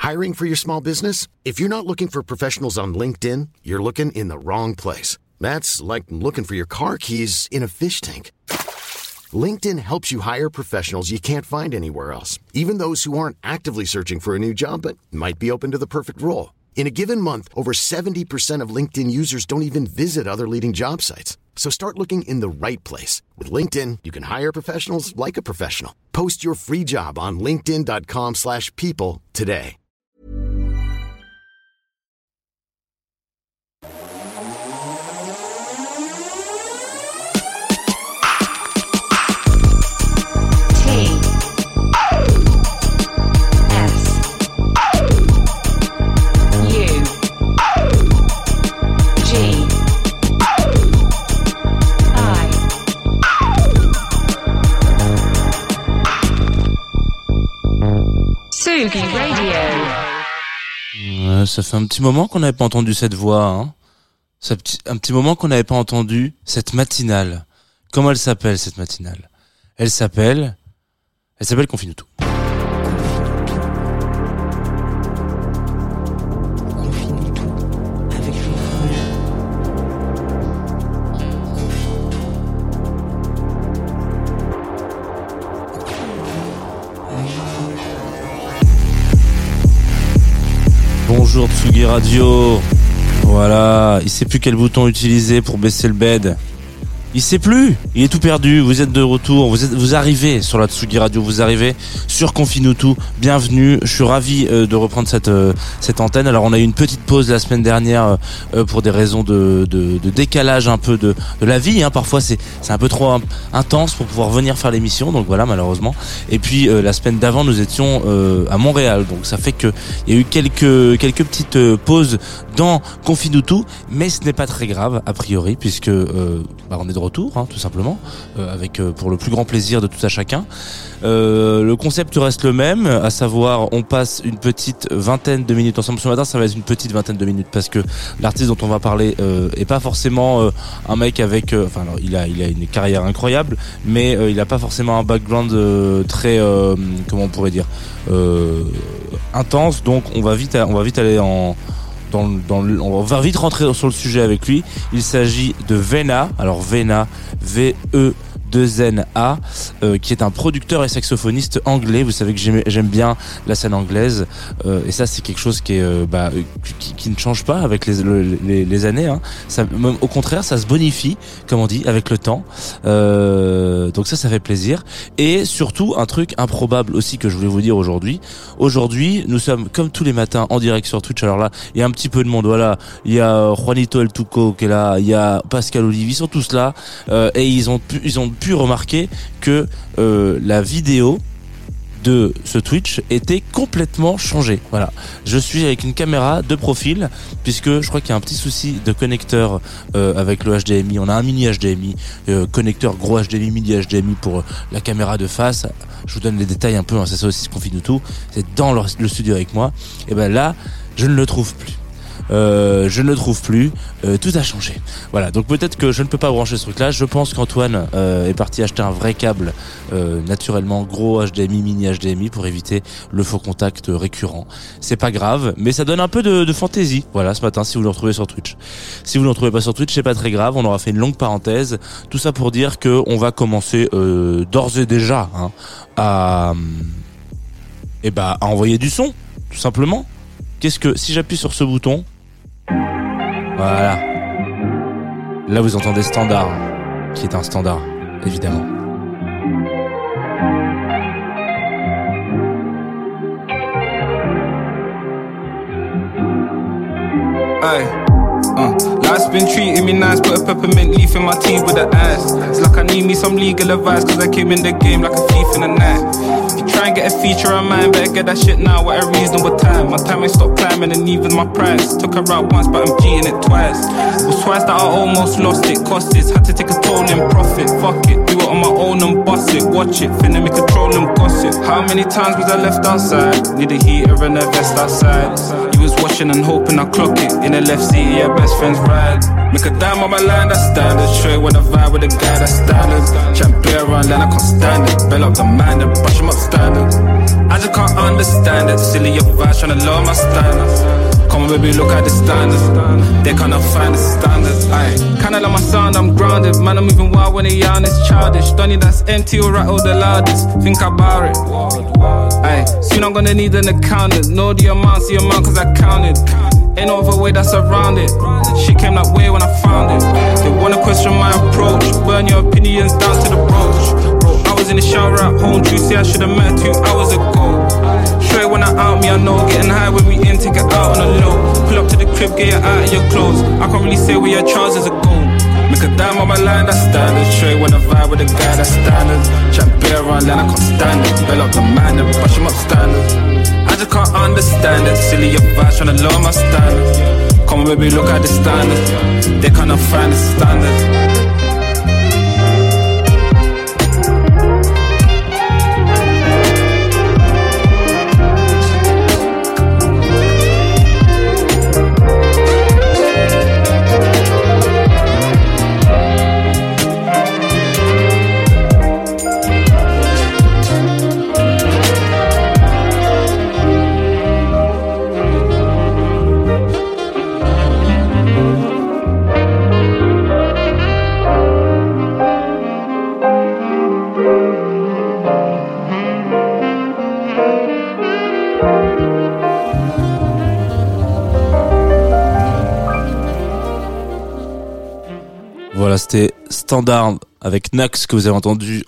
Hiring for your small business? If you're not looking for professionals on LinkedIn, you're looking in the wrong place. That's like looking for your car keys in a fish tank. LinkedIn helps you hire professionals you can't find anywhere else, even those who aren't actively searching for a new job but might be open to the perfect role. In a given month, over 70% of LinkedIn users don't even visit other leading job sites. So start looking in the right place. With LinkedIn, you can hire professionals like a professional. Post your free job on linkedin.com/people today. Tsugi Radio. Ça fait un petit moment qu'on n'avait pas entendu cette voix, hein. Un petit moment qu'on n'avait pas entendu cette matinale. Comment elle s'appelle, cette matinale? Elle s'appelle Confine tout. Bonjour Tsugi Radio. Voilà, il sait plus quel bouton utiliser pour baisser le bed. Il sait plus, il est tout perdu. Vous êtes de retour, vous arrivez sur la Tsugi Radio, vous arrivez sur Confine tout. Bienvenue, je suis ravi de reprendre cette antenne. Alors on a eu une petite pause la semaine dernière pour des raisons de décalage un peu de la vie, hein. Parfois c'est un peu trop intense pour pouvoir venir faire l'émission, donc voilà, malheureusement. Et puis la semaine d'avant nous étions à Montréal, donc ça fait que il y a eu quelques petites pauses dans Confine tout, mais ce n'est pas très grave a priori puisque on est de retour, hein, tout simplement, avec pour le plus grand plaisir de tout à chacun. Le concept reste le même, à savoir on passe une petite vingtaine de minutes ensemble. Ce matin ça va être une petite vingtaine de minutes parce que l'artiste dont on va parler est pas forcément un mec avec alors, il a une carrière incroyable, mais il a pas forcément un background très comment on pourrait dire intense, donc on va vite aller on va vite rentrer sur le sujet avec lui. Il s'agit de Vena. Alors Vena, V-E-2-N-A, qui est un producteur et saxophoniste anglais. Vous savez que j'aime bien la scène anglaise, et ça c'est quelque chose qui est qui ne change pas avec les années, hein. Ça, même, au contraire, ça se bonifie, comme on dit, avec le temps. Donc ça fait plaisir. Et surtout un truc improbable aussi que je voulais vous dire aujourd'hui. Aujourd'hui, nous sommes comme tous les matins en direct sur Twitch. Alors là, il y a un petit peu de monde. Voilà, il y a Juanito El Tuco qui est là, il y a Pascal Olivier, ils sont tous là, et ils ont pu remarquer que la vidéo de ce Twitch était complètement changée. Voilà, je suis avec une caméra de profil puisque je crois qu'il y a un petit souci de connecteur avec le HDMI. On a un mini HDMI, connecteur gros HDMI, mini HDMI pour la caméra de face. Je vous donne les détails un peu, hein, c'est ça aussi ce qu'on fait de tout. C'est dans le studio avec moi. Et ben là, je ne le trouve plus. Tout a changé. Voilà, donc peut-être que je ne peux pas brancher ce truc-là. Je pense qu'Antoine est parti acheter un vrai câble, naturellement gros HDMI, mini HDMI, pour éviter le faux contact récurrent. C'est pas grave, mais ça donne un peu de fantaisie. Voilà, ce matin, si vous le retrouvez sur Twitch. Si vous ne le retrouvez pas sur Twitch, c'est pas très grave. On aura fait une longue parenthèse. Tout ça pour dire que on va commencer d'ores et déjà, hein, à envoyer du son, tout simplement. Si j'appuie sur ce bouton, voilà. Là, vous entendez standard, qui est un standard, évidemment. Hey. Life's been treating me nice, put a peppermint leaf in my tea with the ice. It's like I need me some legal advice, cause I came in the game like a thief in the night. If you try and get a feature of mine, better get that shit now at a reasonable time. My time ain't stopped climbing and even my price. Took her out once, but I'm cheating it twice. It was twice that I almost lost it, cost it. Had to take a toll in profit, fuck it. Do it on my own and bust it, watch it. Finna me control and gossip. How many times was I left outside? Need a heater and a vest outside. You was watching and hoping I clock it. In the left seat, yeah, best friends ride. Make a dime on my line, that's standard. Straight when I vibe with a guy, that's standard. Champion run line, I can't stand it. Bell up the man and brush him up standard. I just can't understand it. Silly your vibes tryna lower my standards. Come on baby, look at the standards. They cannot find the standards. Aye. Kinda like my sound, I'm grounded. Man, I'm moving wild when they yarn, it's childish. Donny that's empty or rattle the loudest. Think about it. Aye. Soon I'm gonna need an accountant. Know the amount cause I counted. Ain't no other way that's around it. Shit came that way when I found it. They wanna question my approach. Burn your opinions down to the brooch. Bro, I was in the shower at home. Juicy, I should've met 2 hours ago. Straight when I out me, I know. Getting high when we in, take it out on the low. Pull up to the crib, get you out of your clothes. I can't really say where your trousers are going. Make a dime on my line, that's standard. Straight when I vibe with a guy, that's standard. Champion run line, I can't stand it. Bell up the man and brush him up standard. I just can't understand it. Silly your vibes tryna lower my standards. Come on baby, look at the standards. They cannot find the standards. Voilà, c'était Standard avec Nax que vous avez entendu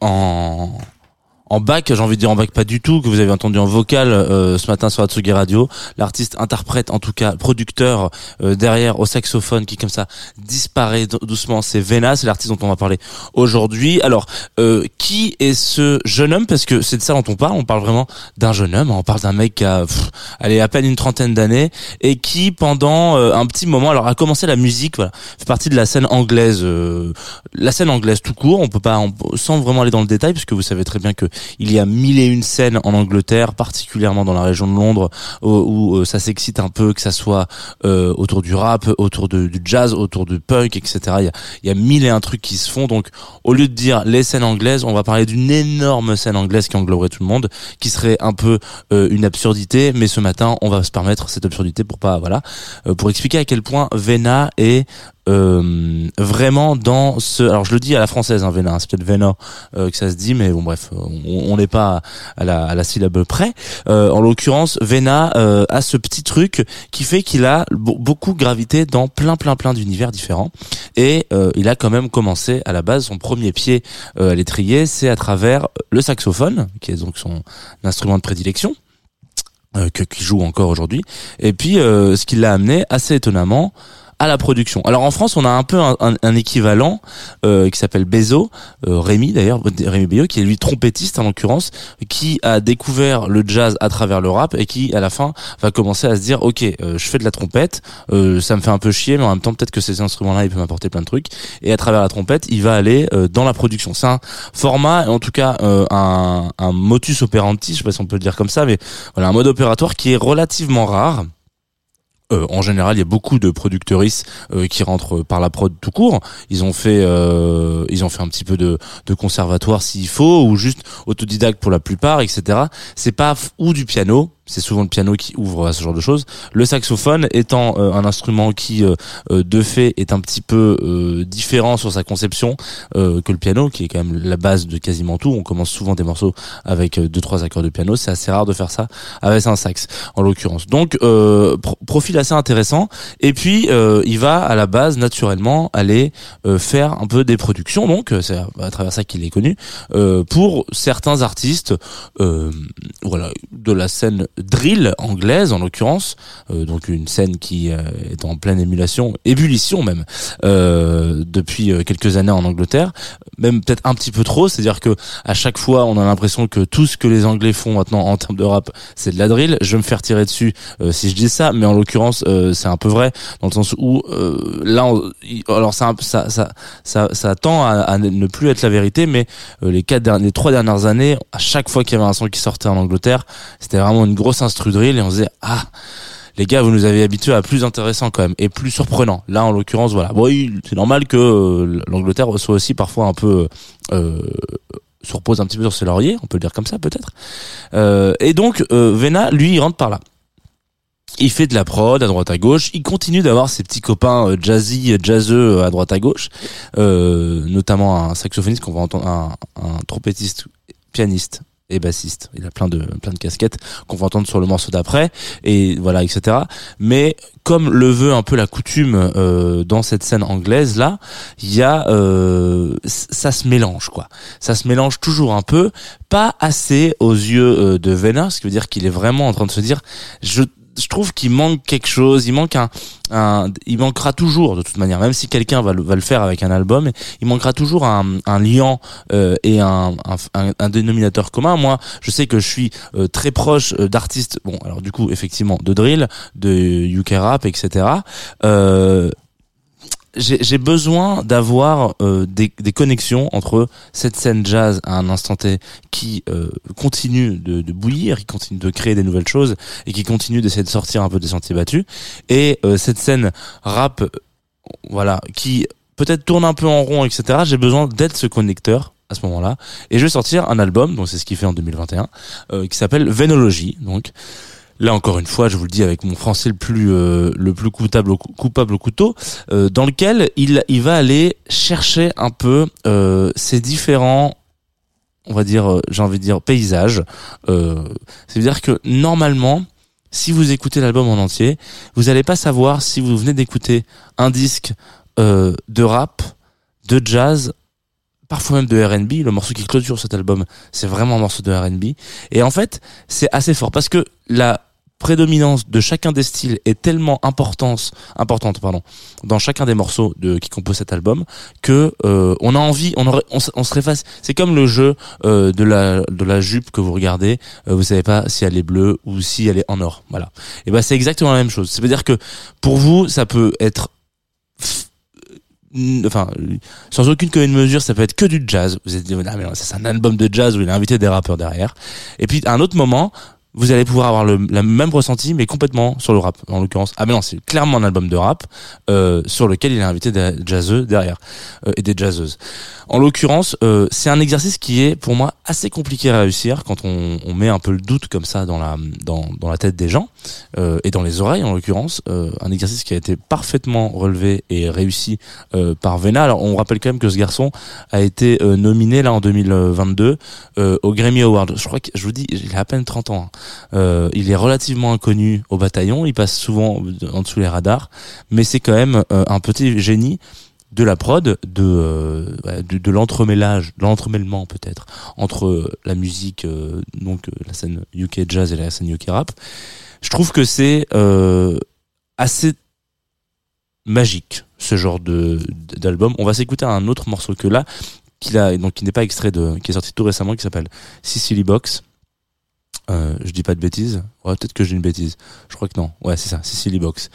en bac, j'ai envie de dire en bac pas du tout, que vous avez entendu en vocal ce matin sur Atsugi Radio. L'artiste interprète, en tout cas producteur derrière au saxophone qui comme ça disparaît doucement, c'est Vena, c'est l'artiste dont on va parler aujourd'hui. Alors qui est ce jeune homme, parce que c'est de ça dont on parle vraiment d'un jeune homme, on parle d'un mec qui a à peine une trentaine d'années et qui pendant un petit moment alors a commencé la musique, voilà, fait partie de la scène anglaise tout court, sans vraiment aller dans le détail puisque vous savez très bien que il y a 1001 scènes en Angleterre, particulièrement dans la région de Londres, où ça s'excite un peu, que ça soit autour du rap, autour du jazz, autour du punk, etc. Il y a 1001 trucs qui se font. Donc, au lieu de dire les scènes anglaises, on va parler d'une énorme scène anglaise qui engloberait tout le monde, qui serait un peu une absurdité. Mais ce matin, on va se permettre cette absurdité pour expliquer à quel point Vena est vraiment dans ce, alors je le dis à la française, hein, Vena, c'est peut-être Vena que ça se dit, mais bon bref, on n'est pas à la syllabe près. En l'occurrence, Vena a ce petit truc qui fait qu'il a beaucoup gravité dans plein d'univers différents, et il a quand même commencé à la base, son premier pied à l'étrier, c'est à travers le saxophone, qui est donc son instrument de prédilection, qui joue encore aujourd'hui, et puis ce qui l'a amené assez étonnamment à la production. Alors en France, on a un peu un équivalent qui s'appelle Bezo, Rémi Beyo, qui est lui trompettiste en l'occurrence, qui a découvert le jazz à travers le rap et qui à la fin va commencer à se dire ok, je fais de la trompette, ça me fait un peu chier, mais en même temps peut-être que ces instruments-là ils peuvent m'apporter plein de trucs, et à travers la trompette il va aller dans la production. C'est un format, en tout cas un modus operandi, je sais pas si on peut le dire comme ça, mais voilà, un mode opératoire qui est relativement rare. En général, il y a beaucoup de producteuristes qui rentrent par la prod tout court. Ils ont fait un petit peu de conservatoire s'il faut, ou juste autodidacte pour la plupart, etc. C'est pas ou du piano. C'est souvent le piano qui ouvre à ce genre de choses. Le saxophone étant un instrument qui, de fait, est un petit peu différent sur sa conception que le piano, qui est quand même la base de quasiment tout. On commence souvent des morceaux avec 2-3 accords de piano. C'est assez rare de faire ça avec un sax, en l'occurrence. Donc, profil assez intéressant. Et puis, il va à la base, naturellement, aller faire un peu des productions. Donc, c'est à travers ça qu'il est connu, pour certains artistes, voilà, de la scène drill anglaise en l'occurrence, donc une scène qui est en pleine ébullition même depuis quelques années en Angleterre, même peut-être un petit peu trop, c'est-à-dire que à chaque fois on a l'impression que tout ce que les Anglais font maintenant en termes de rap c'est de la drill. Je vais me faire tirer dessus si je dis ça, mais en l'occurrence c'est un peu vrai dans le sens où alors ça tend à ne plus être la vérité, mais les 3 dernières années, à chaque fois qu'il y avait un son qui sortait en Angleterre, c'était vraiment une grosse instru drill, et on se disait les gars, vous nous avez habitués à plus intéressant quand même et plus surprenant. Là, en l'occurrence, voilà. Bon, c'est normal que l'Angleterre soit aussi parfois un peu se repose un petit peu sur ses lauriers, on peut le dire comme ça peut-être. Et donc Vena, lui, il rentre par là. Il fait de la prod à droite à gauche. Il continue d'avoir ses petits copains jazzeux à droite à gauche, notamment un saxophoniste qu'on va entendre, un trompettiste, pianiste et bassiste. Il a plein de casquettes qu'on va entendre sur le morceau d'après, et voilà, etc. Mais comme le veut un peu la coutume dans cette scène anglaise là, il y a ça se mélange quoi. Ça se mélange toujours un peu, pas assez aux yeux de Vena, ce qui veut dire qu'il est vraiment en train de se dire je trouve qu'il manque quelque chose, il manque il manquera toujours de toute manière, même si quelqu'un va le faire avec un album, il manquera toujours un liant et un dénominateur commun. Moi, je sais que je suis très proche d'artistes, bon alors du coup effectivement de drill, de UK rap, etc. J'ai besoin d'avoir des connexions entre cette scène jazz à un instant T qui continue de bouillir, qui continue de créer des nouvelles choses et qui continue d'essayer de sortir un peu des sentiers battus, et cette scène rap, voilà, qui peut-être tourne un peu en rond, etc. J'ai besoin d'être ce connecteur à ce moment-là, et je vais sortir un album, donc c'est ce qu'il fait en 2021, qui s'appelle Venology, donc. Là encore une fois, je vous le dis avec mon français le plus coupable au couteau, dans lequel il va aller chercher un peu ces différents, on va dire, j'ai envie de dire paysages. C'est-à-dire que normalement, si vous écoutez l'album en entier, vous allez pas savoir si vous venez d'écouter un disque de rap, de jazz, parfois même de R&B. Le morceau qui clôture cet album, c'est vraiment un morceau de R&B. Et en fait, c'est assez fort parce que la prédominance de chacun des styles est tellement importante dans chacun des morceaux qui composent cet album que on a envie, on serait face. C'est comme le jeu de la jupe que vous regardez, vous savez pas si elle est bleue ou si elle est en or. Voilà. Et ben c'est exactement la même chose. C'est-à-dire que pour vous, ça peut être enfin, sans aucune commune mesure, ça peut être que du jazz. Vous êtes dit, ah, mais non, c'est un album de jazz où il a invité des rappeurs derrière. Et puis, à un autre moment, vous allez pouvoir avoir la même ressenti, mais complètement sur le rap, en l'occurrence. Ah, mais non, c'est clairement un album de rap, sur lequel il a invité des jazzeux derrière, et des jazzeuses. En l'occurrence, c'est un exercice qui est, pour moi, assez compliqué à réussir quand on met un peu le doute comme ça dans la tête des gens, et dans les oreilles, en l'occurrence. Un exercice qui a été parfaitement relevé et réussi, par Vena. Alors, on rappelle quand même que ce garçon a été nominé, là, en 2022, au Grammy Award. Je crois que, je vous dis, il a à peine 30 ans, hein. Il est relativement inconnu au bataillon, il passe souvent en dessous les radars, mais c'est quand même un petit génie de la prod, de l'entremêlement peut-être entre la musique, donc la scène UK jazz et la scène UK rap. Je trouve que c'est assez magique ce genre d'album. On va s'écouter un autre morceau que là, qui n'est pas extrait qui est sorti tout récemment, qui s'appelle Sicily Box. Je dis pas de bêtises. Ouais, peut-être que je dis une bêtise. Je crois que non. Ouais, c'est ça, Sicily Box.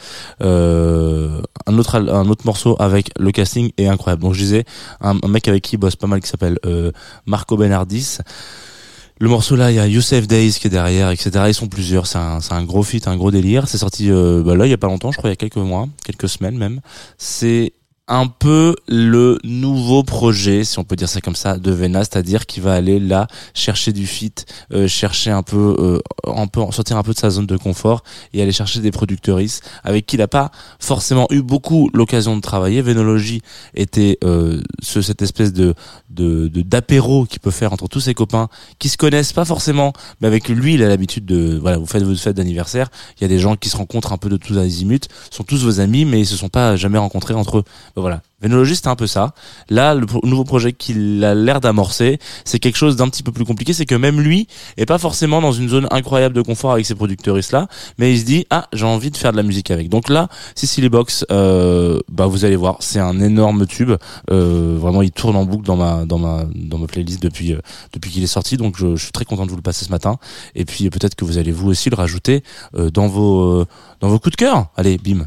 Un autre morceau avec le casting est incroyable. Donc je disais, un mec avec qui il bosse pas mal qui s'appelle Marco Bernardis. Le morceau là, il y a Youssef Days qui est derrière, etc. Ils sont plusieurs. C'est un gros feat, un gros délire. C'est sorti là il y a pas longtemps, je crois, il y a quelques mois, quelques semaines même. C'est un peu le nouveau projet, si on peut dire ça comme ça, de Vena, c'est-à-dire qu'il va aller là chercher du feat, chercher un peu sortir un peu de sa zone de confort et aller chercher des producteuristes avec qui il n'a pas forcément eu beaucoup l'occasion de travailler. Venology était cette espèce d'apéro qu'il peut faire entre tous ses copains qui se connaissent pas forcément, mais avec lui il a l'habitude de, voilà, vous faites votre fête d'anniversaire, il y a des gens qui se rencontrent un peu de tous azimuts, sont tous vos amis mais ils se sont pas jamais rencontrés entre eux. Voilà. Venology, c'était un peu ça. Là, le nouveau projet qu'il a l'air d'amorcer, c'est quelque chose d'un petit peu plus compliqué. C'est que même lui est pas forcément dans une zone incroyable de confort avec ses producteuristes-là, mais il se dit, ah, j'ai envie de faire de la musique avec. Donc là, Sicily Box, vous allez voir, c'est un énorme tube. Vraiment, il tourne en boucle dans ma playlist depuis qu'il est sorti. Donc je suis très content de vous le passer ce matin. Et puis peut-être que vous allez vous aussi le rajouter dans vos coups de cœur. Allez, bim.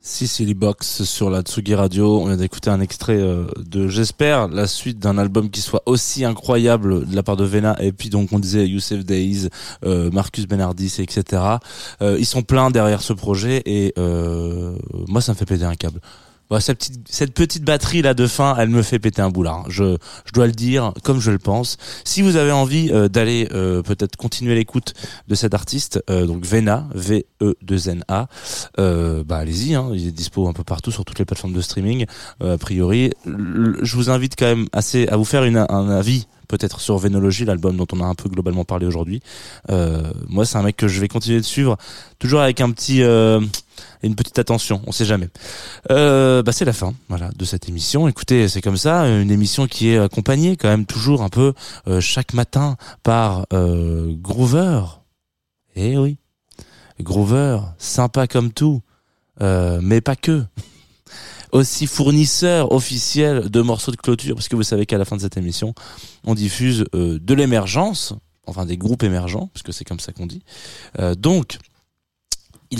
Silly Box sur la Tsugi Radio. On vient d'écouter un extrait de, j'espère, la suite d'un album qui soit aussi incroyable de la part de Vena. Et puis donc on disait Youssef Days, Marcus Bernardis, etc. Ils sont pleins derrière ce projet et moi ça me fait péter un câble. Bon, cette petite batterie là de fin, elle me fait péter un boulard. Je dois le dire comme je le pense. Si vous avez envie d'aller peut-être continuer l'écoute de cet artiste, donc Vena, V-E-2-N-A, allez-y, hein, il est dispo un peu partout sur toutes les plateformes de streaming. A priori, je vous invite quand même à vous faire un avis peut-être sur Vénologie, l'album dont on a un peu globalement parlé aujourd'hui. Moi, c'est un mec que je vais continuer de suivre, toujours avec une petite attention, on sait jamais. C'est la fin, voilà, de cette émission. Écoutez, c'est comme ça, une émission qui est accompagnée quand même toujours un peu chaque matin par Groover. Eh oui, Groover, sympa comme tout, mais pas que. Aussi fournisseur officiel de morceaux de clôture, parce que vous savez qu'à la fin de cette émission, on diffuse de l'émergence, enfin des groupes émergents, parce que c'est comme ça qu'on dit. Donc, il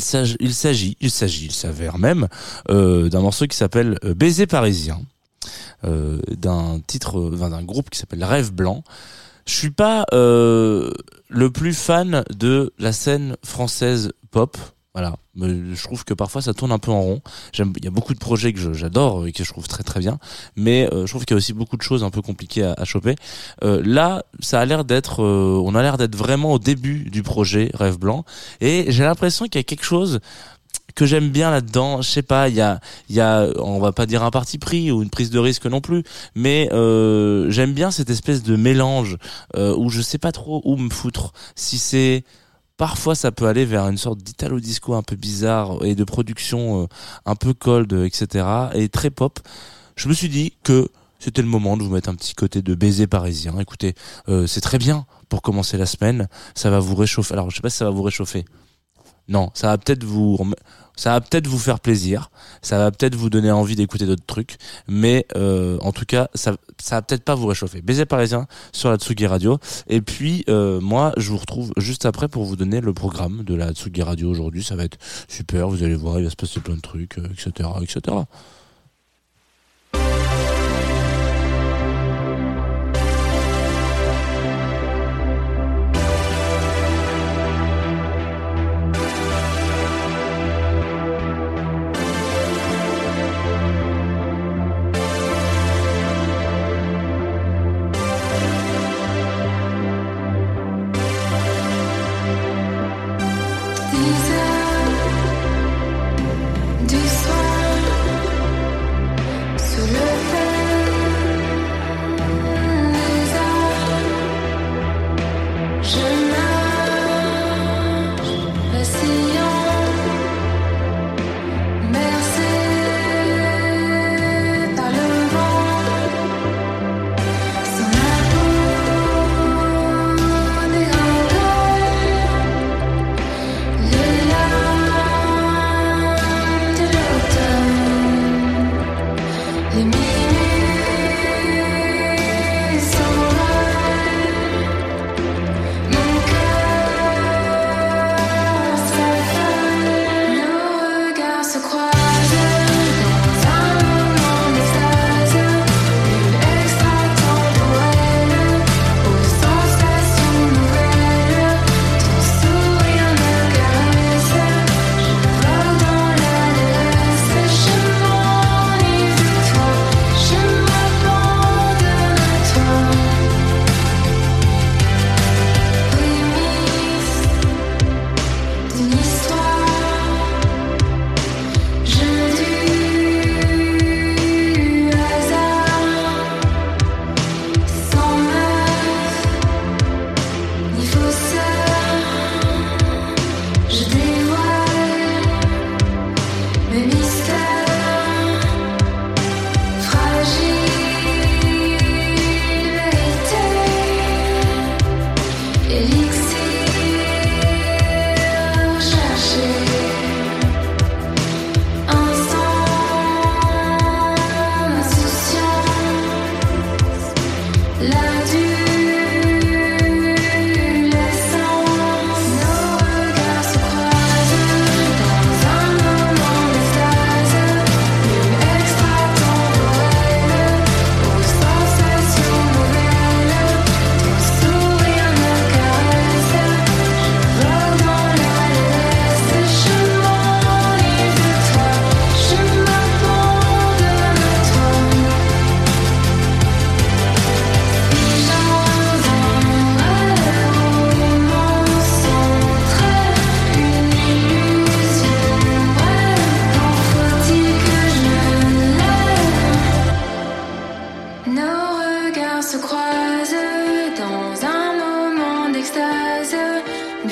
s'avère même d'un morceau qui s'appelle Baiser parisien, d'un groupe qui s'appelle Rêve Blanc. Je suis pas le plus fan de la scène française pop. Voilà, je trouve que parfois ça tourne un peu en rond. Il y a beaucoup de projets que j'adore et que je trouve très très bien, mais je trouve qu'il y a aussi beaucoup de choses un peu compliquées à choper. Là, ça a l'air d'être, on a l'air d'être vraiment au début du projet Rêve Blanc, et j'ai l'impression qu'il y a quelque chose que j'aime bien là-dedans. Je sais pas, il y a, on va pas dire un parti pris ou une prise de risque non plus, mais j'aime bien cette espèce de mélange où je sais pas trop où me foutre. Si c'est parfois ça peut aller vers une sorte d'italo disco un peu bizarre et de production un peu cold, etc. et très pop. Je me suis dit que c'était le moment de vous mettre un petit côté de baiser parisien. Écoutez, c'est très bien pour commencer la semaine. Ça va vous réchauffer. Alors je sais pas si ça va vous réchauffer. Non, ça va peut-être vous faire plaisir, ça va peut-être vous donner envie d'écouter d'autres trucs, mais en tout cas, ça va peut-être pas vous réchauffer. Baiser parisien sur la Tsugi Radio. Et puis moi, je vous retrouve juste après pour vous donner le programme de la Tsugi Radio aujourd'hui. Ça va être super, vous allez voir, il va se passer plein de trucs, etc., etc. Du soir, sous le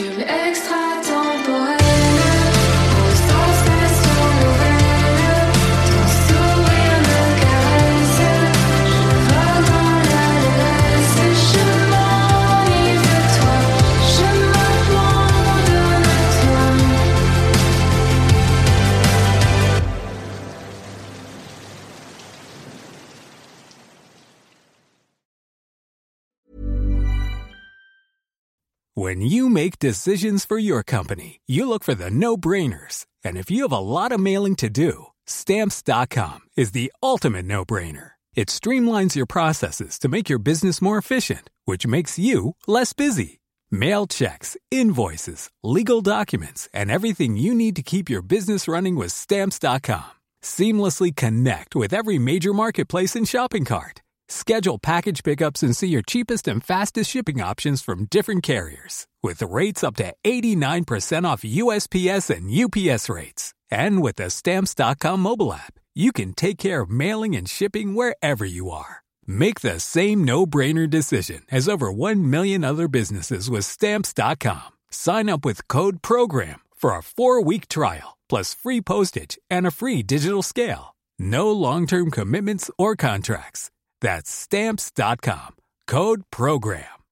bulle extra-temporelle, aux sensations nouvelles, ton sourire me caresse, je vole dans l'adresse, je m'enivre de toi, je m'abandonne à toi. When you make decisions for your company, you look for the no-brainers. And if you have a lot of mailing to do, Stamps.com is the ultimate no-brainer. It streamlines your processes to make your business more efficient, which makes you less busy. Mail checks, invoices, legal documents, and everything you need to keep your business running with Stamps.com. Seamlessly connect with every major marketplace and shopping cart. Schedule package pickups and see your cheapest and fastest shipping options from different carriers, with rates up to 89% off USPS and UPS rates. And with the Stamps.com mobile app, you can take care of mailing and shipping wherever you are. Make the same no-brainer decision as over 1 million other businesses with Stamps.com. Sign up with code PROGRAM for a 4-week trial, plus free postage and a free digital scale. No long-term commitments or contracts. That's Stamps.com. Code PROGRAM.